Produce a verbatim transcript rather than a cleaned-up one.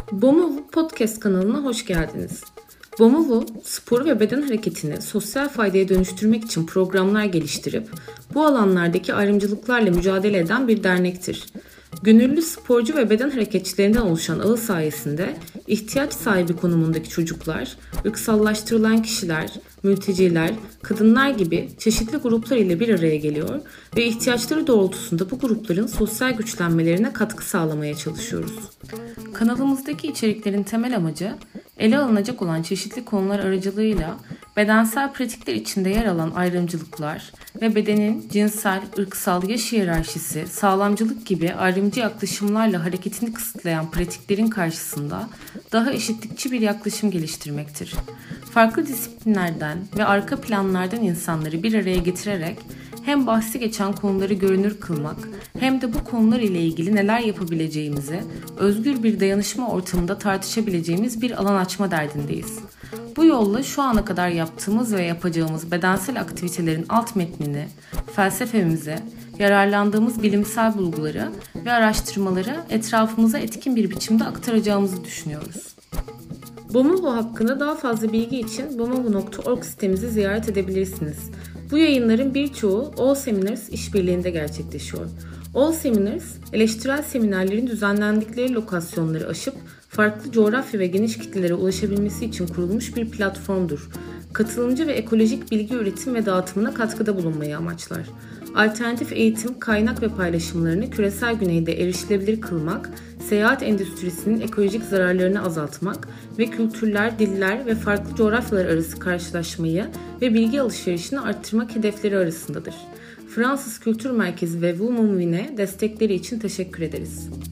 Bomovo Podcast kanalına hoş geldiniz. Bomovo, spor ve beden hareketini sosyal faydaya dönüştürmek için programlar geliştirip bu alanlardaki ayrımcılıklarla mücadele eden bir dernektir. Gönüllü sporcu ve beden hareketçilerinden oluşan ağı sayesinde ihtiyaç sahibi konumundaki çocuklar, ırksallaştırılan kişiler, mülteciler, kadınlar gibi çeşitli gruplar ile bir araya geliyor ve ihtiyaçları doğrultusunda bu grupların sosyal güçlenmelerine katkı sağlamaya çalışıyoruz. Kanalımızdaki içeriklerin temel amacı, ele alınacak olan çeşitli konular aracılığıyla bedensel pratikler içinde yer alan ayrımcılıklar ve bedenin cinsel, ırksal, yaş hiyerarşisi, sağlamcılık gibi ayrımcı yaklaşımlarla hareketini kısıtlayan pratiklerin karşısında daha eşitlikçi bir yaklaşım geliştirmektir. Farklı disiplinlerden ve arka planlardan insanları bir araya getirerek hem bahsi geçen konuları görünür kılmak hem de bu konular ile ilgili neler yapabileceğimizi özgür bir dayanışma ortamında tartışabileceğimiz bir alan açma derdindeyiz. Bu yolla şu ana kadar yaptığımız ve yapacağımız bedensel aktivitelerin alt metnini, felsefemizi, yararlandığımız bilimsel bulguları ve araştırmaları etrafımıza etkin bir biçimde aktaracağımızı düşünüyoruz. Bomovo hakkında daha fazla bilgi için bomovo nokta org sitemizi ziyaret edebilirsiniz. Bu yayınların birçoğu All Seminars işbirliğinde gerçekleşiyor. All Seminars, eleştirel seminerlerin düzenlendikleri lokasyonları aşıp farklı coğrafya ve geniş kitlelere ulaşabilmesi için kurulmuş bir platformdur. Katılımcı ve ekolojik bilgi üretim ve dağıtımına katkıda bulunmayı amaçlar. Alternatif eğitim, kaynak ve paylaşımlarını küresel güneyde erişilebilir kılmak, seyahat endüstrisinin ekolojik zararlarını azaltmak ve kültürler, diller ve farklı coğrafyalar arası karşılaşmayı ve bilgi alışverişini arttırmak hedefleri arasındadır. Fransız Kültür Merkezi ve Women Win'e destekleri için teşekkür ederiz.